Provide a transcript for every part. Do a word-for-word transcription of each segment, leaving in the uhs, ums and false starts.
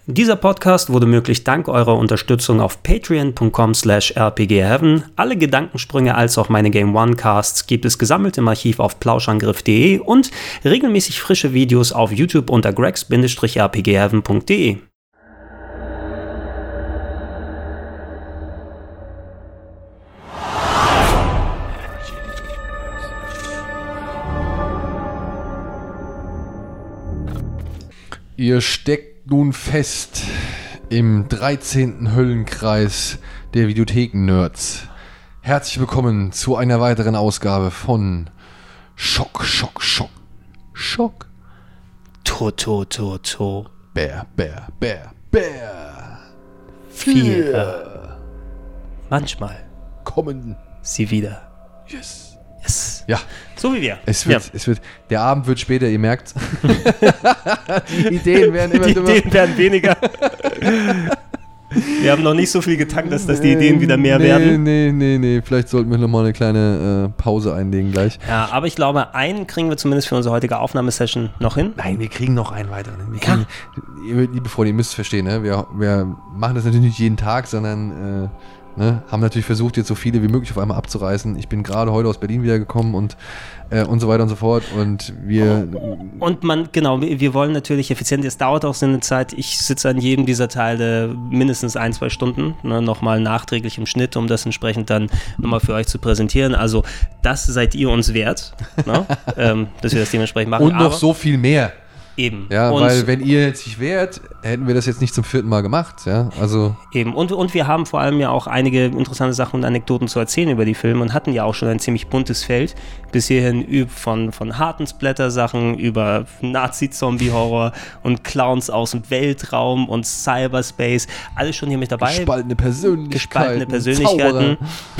Dieser Podcast wurde möglich dank eurer Unterstützung auf patreon.com slash rpgheaven. Alle Gedankensprünge als auch meine Game One Casts gibt es gesammelt im Archiv auf plauschangriff punkt de und regelmäßig frische Videos auf YouTube unter gregs r p g heaven punkt de. Ihr steckt nun fest im dreizehnten Höllenkreis der Videotheken-Nerds. Herzlich willkommen zu einer weiteren Ausgabe von Schock, Schock, Schock, Schock. To, to, to, to. Bär, Bär, Bär, Bär. Vier. Manchmal kommen sie wieder. Yes. Yes. Ja. So wie wir. Es wird, ja. es wird, der Abend wird später, ihr merkt. Die Ideen werden immer Die dümmer. Ideen werden weniger. Wir haben noch nicht so viel getankt, dass, dass die Ideen wieder mehr nee, werden. Nee, nee, nee. Vielleicht sollten wir nochmal eine kleine äh, Pause einlegen gleich. Ja, aber ich glaube, einen kriegen wir zumindest für unsere heutige Aufnahmesession noch hin. Nein, wir kriegen noch einen weiteren. Wir Ja. kriegen, ihr, liebe Freunde, ihr müsst verstehen, ne? wir, wir machen das natürlich nicht jeden Tag, sondern äh, ne? haben natürlich versucht, jetzt so viele wie möglich auf einmal abzureißen. Ich bin gerade heute aus Berlin wiedergekommen und äh, und so weiter und so fort. Und wir... Und man, genau, wir wollen natürlich effizient, es dauert auch so eine Zeit, ich sitze an jedem dieser Teile mindestens ein, zwei Stunden, ne, nochmal nachträglich im Schnitt, um das entsprechend dann nochmal für euch zu präsentieren. Also das seid ihr uns wert, ne, ähm, dass wir das dementsprechend machen. Und noch Aber so viel mehr. Eben. Ja, und weil wenn ihr jetzt nicht wärt, hätten wir das jetzt nicht zum vierten Mal gemacht, ja, also... Eben, und, und wir haben vor allem ja auch einige interessante Sachen und Anekdoten zu erzählen über die Filme und hatten ja auch schon ein ziemlich buntes Feld, bis hierhin von, von harten Splatter-Sachen über Nazi-Zombie-Horror und Clowns aus dem Weltraum und Cyberspace, alles schon hier mit dabei. Gespaltene Persönlichkeiten. Gespaltene Persönlichkeiten.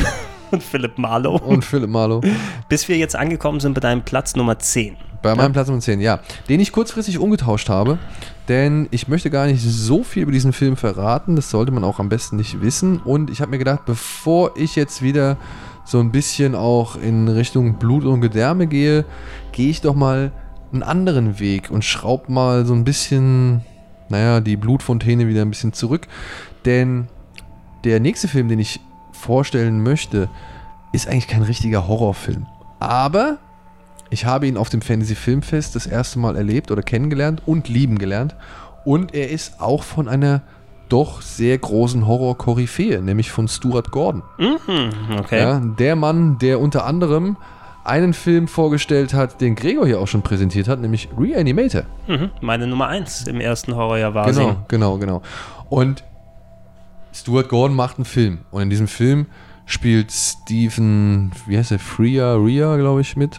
Und Philipp Marlowe. Und Philipp Marlowe. Bis wir jetzt angekommen sind bei deinem Platz Nummer zehn. Bei meinem Platz Nummer zehn, ja. Den ich kurzfristig umgetauscht habe, denn ich möchte gar nicht so viel über diesen Film verraten, das sollte man auch am besten nicht wissen. Und ich habe mir gedacht, bevor ich jetzt wieder so ein bisschen auch in Richtung Blut und Gedärme gehe, gehe ich doch mal einen anderen Weg und schraub mal so ein bisschen, naja, die Blutfontäne wieder ein bisschen zurück. Denn der nächste Film, den ich vorstellen möchte, ist eigentlich kein richtiger Horrorfilm. Aber ich habe ihn auf dem Fantasy Filmfest das erste Mal erlebt oder kennengelernt und lieben gelernt. Und er ist auch von einer doch sehr großen Horror-Koryphäe, nämlich von Stuart Gordon. Mhm, okay. Ja, der Mann, der unter anderem einen Film vorgestellt hat, den Gregor hier auch schon präsentiert hat, nämlich Reanimator. Mhm, meine Nummer eins im ersten Horrorjahr war Genau, sie. genau, genau. Und Stuart Gordon macht einen Film. Und in diesem Film spielt Stephen, wie heißt er, Freya, Rhea, glaube ich, mit.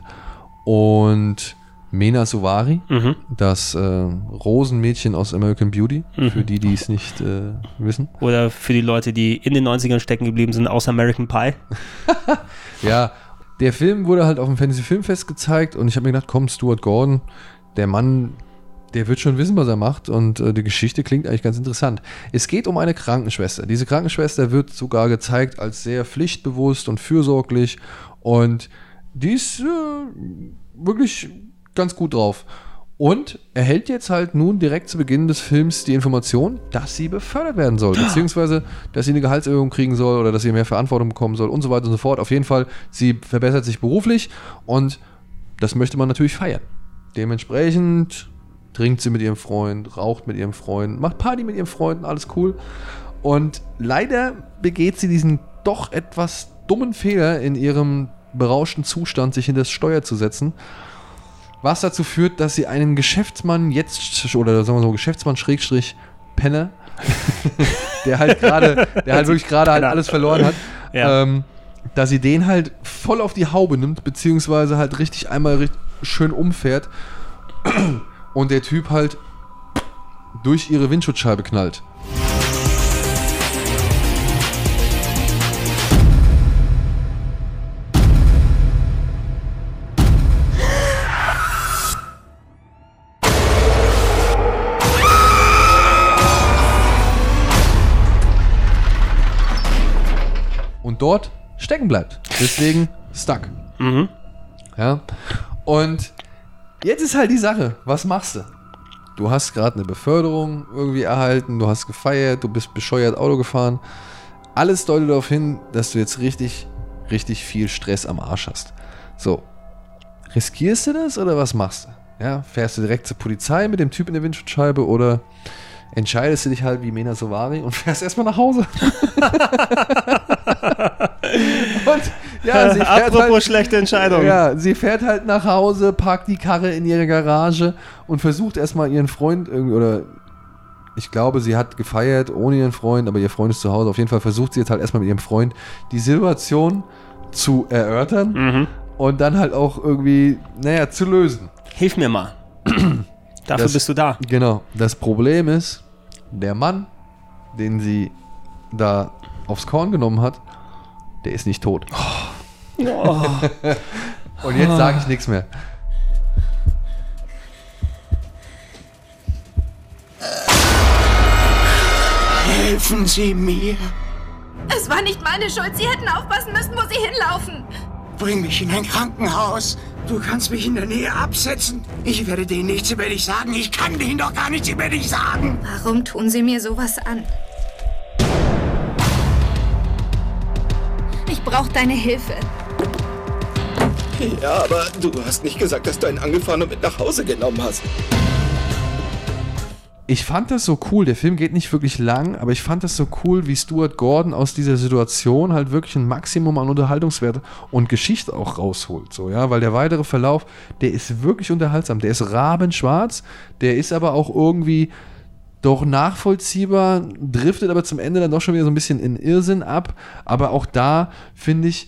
Und Mena Suvari, mhm. das äh, Rosenmädchen aus American Beauty, mhm. für die, die es nicht äh, wissen. Oder für die Leute, die in den neunzigern stecken geblieben sind, aus American Pie. Ja, der Film wurde halt auf dem Fantasy Filmfest gezeigt und ich habe mir gedacht, komm, Stuart Gordon, der Mann, der wird schon wissen, was er macht und äh, die Geschichte klingt eigentlich ganz interessant. Es geht um eine Krankenschwester. Diese Krankenschwester wird sogar gezeigt als sehr pflichtbewusst und fürsorglich und die ist äh, wirklich ganz gut drauf. Und erhält jetzt halt nun direkt zu Beginn des Films die Information, dass sie befördert werden soll. Beziehungsweise, dass sie eine Gehaltserhöhung kriegen soll oder dass sie mehr Verantwortung bekommen soll und so weiter und so fort. Auf jeden Fall, sie verbessert sich beruflich und das möchte man natürlich feiern. Dementsprechend trinkt sie mit ihrem Freund, raucht mit ihrem Freund, macht Party mit ihrem Freund, alles cool. Und leider begeht sie diesen doch etwas dummen Fehler in ihrem berauschten Zustand, sich hinter das Steuer zu setzen, was dazu führt, dass sie einen Geschäftsmann jetzt, oder sagen wir so, Geschäftsmann Schrägstrich Penner, der halt gerade, der halt wirklich gerade halt alles verloren hat, ja. ähm, dass sie den halt voll auf die Haube nimmt, beziehungsweise halt richtig einmal richtig schön umfährt und der Typ halt durch ihre Windschutzscheibe knallt. Und dort stecken bleibt. Deswegen stuck. Mhm. Ja. Und jetzt ist halt die Sache, was machst du? du hast gerade eine Beförderung irgendwie erhalten, du hast gefeiert, du bist bescheuert Auto gefahren. Alles deutet darauf hin, dass du jetzt richtig, richtig viel Stress am Arsch hast. So, riskierst du das oder was machst du? Ja, fährst du direkt zur Polizei mit dem Typ in der Windschutzscheibe oder entscheidest du dich halt wie Mena Sovari und fährst erstmal nach Hause? Und ja, sie fährt Apropos halt, schlechte Entscheidung. Ja, sie fährt halt nach Hause, parkt die Karre in ihre Garage und versucht erstmal ihren Freund irgendwie, oder ich glaube, sie hat gefeiert ohne ihren Freund, aber ihr Freund ist zu Hause. Auf jeden Fall versucht sie jetzt halt erstmal mit ihrem Freund die Situation zu erörtern mhm. und dann halt auch irgendwie, naja, zu lösen. Hilf mir mal. Dafür das, bist du da. Genau. Das Problem ist, der Mann, den sie da aufs Korn genommen hat, der ist nicht tot. Oh. Oh. Und jetzt sage ich nichts mehr. Helfen Sie mir. Es war nicht meine Schuld. Sie hätten aufpassen müssen, wo Sie hinlaufen. Bring mich in ein Krankenhaus. Du kannst mich in der Nähe absetzen. Ich werde denen nichts über dich sagen. Ich kann denen doch gar nichts über dich sagen. Warum tun Sie mir sowas an? Ich brauche deine Hilfe. Ja, aber du hast nicht gesagt, dass du einen angefahren und mit nach Hause genommen hast. Ich fand das so cool, der Film geht nicht wirklich lang, aber ich fand das so cool, wie Stuart Gordon aus dieser Situation halt wirklich ein Maximum an Unterhaltungswert und Geschichte auch rausholt, so, ja, weil der weitere Verlauf, der ist wirklich unterhaltsam, der ist rabenschwarz, der ist aber auch irgendwie doch nachvollziehbar, driftet aber zum Ende dann doch schon wieder so ein bisschen in Irrsinn ab, aber auch da, finde ich,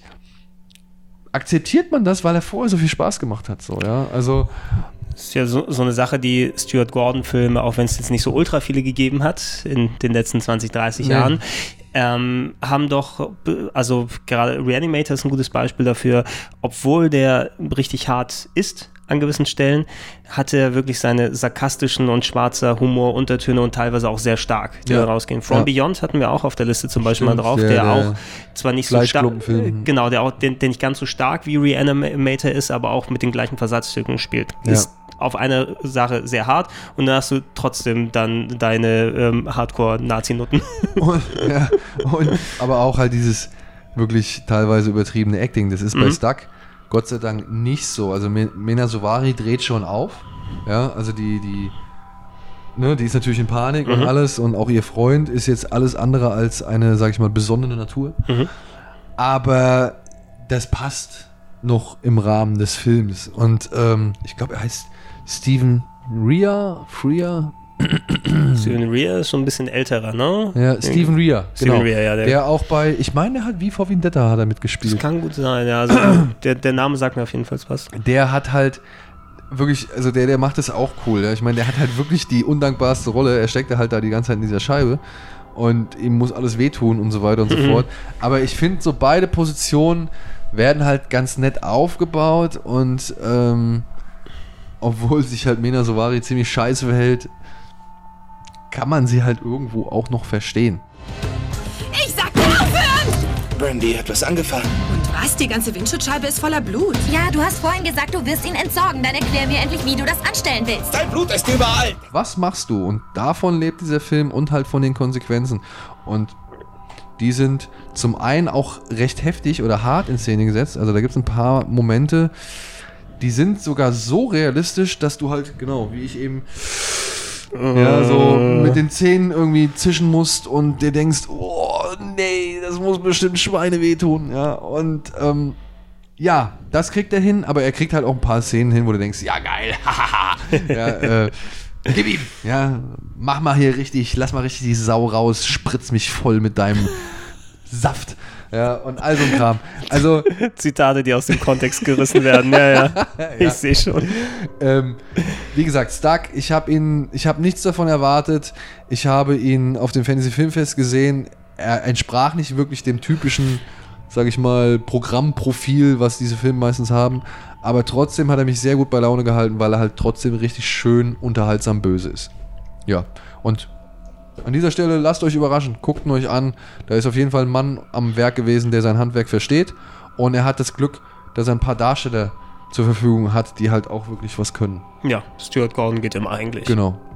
akzeptiert man das, weil er vorher so viel Spaß gemacht hat, so, ja, also das ist ja so, so eine Sache, die Stuart Gordon-Filme, auch wenn es jetzt nicht so ultra viele gegeben hat in den letzten zwanzig, dreißig nee. Jahren, ähm, haben doch, also gerade Reanimator ist ein gutes Beispiel dafür, obwohl der richtig hart ist an gewissen Stellen, hatte er wirklich seine sarkastischen und schwarzer Humor, Untertöne und teilweise auch sehr stark, die ja. da rausgehen. From ja. Beyond hatten wir auch auf der Liste zum Beispiel Stimmt, mal drauf, der, der, der auch zwar nicht so stark, genau, der auch, der, der nicht ganz so stark wie Reanimator ist, aber auch mit den gleichen Versatzstücken spielt. Ja. Ist auf eine Sache sehr hart und dann hast du trotzdem dann deine ähm, Hardcore-Nazi-Nutten. Und, ja, und, aber auch halt dieses wirklich teilweise übertriebene Acting, das ist mhm. bei Stuck Gott sei Dank nicht so. Also Mena Sovari dreht schon auf, ja, also die, die, ne, die ist natürlich in Panik mhm. und alles und auch ihr Freund ist jetzt alles andere als eine, sag ich mal, besonnene Natur. Mhm. Aber das passt noch im Rahmen des Films und ähm, ich glaube, er heißt Stephen Rea, Freer. Stephen Rea ist schon ein bisschen älterer, ne? Ja, Stephen Rea, Stephen genau. Rea, ja, der, der auch bei, ich meine, der hat wie vor Vendetta hat er mitgespielt. Das kann gut sein, ja. Also der, der Name sagt mir auf jeden Fall was. Der hat halt wirklich, also der, der macht das auch cool. Ja. Ich meine, der hat halt wirklich die undankbarste Rolle. Er steckt halt da die ganze Zeit in dieser Scheibe und ihm muss alles wehtun und so weiter und so Mhm. fort. Aber ich finde, so beide Positionen werden halt ganz nett aufgebaut und ähm, obwohl sich halt Mena Sovari ziemlich scheiße verhält, kann man sie halt irgendwo auch noch verstehen. Ich sag dir aufhören! Brandy hat was angefangen. Und was? Die ganze Windschutzscheibe ist voller Blut. Ja, du hast vorhin gesagt, du wirst ihn entsorgen. Dann erklär mir endlich, wie du das anstellen willst. Dein Blut ist überall. Was machst du? Und davon lebt dieser Film und halt von den Konsequenzen. Und die sind zum einen auch recht heftig oder hart in Szene gesetzt. Also da gibt es ein paar Momente, die sind sogar so realistisch, dass du halt, genau, wie ich eben ja, so mit den Zähnen irgendwie zischen musst und dir denkst, oh nee, das muss bestimmt Schweine wehtun, ja, und ähm, ja, das kriegt er hin, aber er kriegt halt auch ein paar Szenen hin, wo du denkst, ja geil, hahaha, ja, äh, gib ihm, ja, mach mal hier richtig, lass mal richtig die Sau raus, spritz mich voll mit deinem Saft. Ja, und all so ein Kram. Also, Zitate, die aus dem Kontext gerissen werden. Ja, ja. Ich ja. sehe schon. Ähm, wie gesagt, Stuck, ich habe ihn, ich habe nichts davon erwartet. Ich habe ihn auf dem Fantasy Filmfest gesehen. Er entsprach nicht wirklich dem typischen, sage ich mal, Programmprofil, was diese Filme meistens haben. Aber trotzdem hat er mich sehr gut bei Laune gehalten, weil er halt trotzdem richtig schön unterhaltsam böse ist. Ja, und an dieser Stelle lasst euch überraschen, guckt ihn euch an. Da ist auf jeden Fall ein Mann am Werk gewesen, der sein Handwerk versteht. Und er hat das Glück, dass er ein paar Darsteller zur Verfügung hat, die halt auch wirklich was können. Ja, Stuart Gordon geht immer eigentlich. Genau.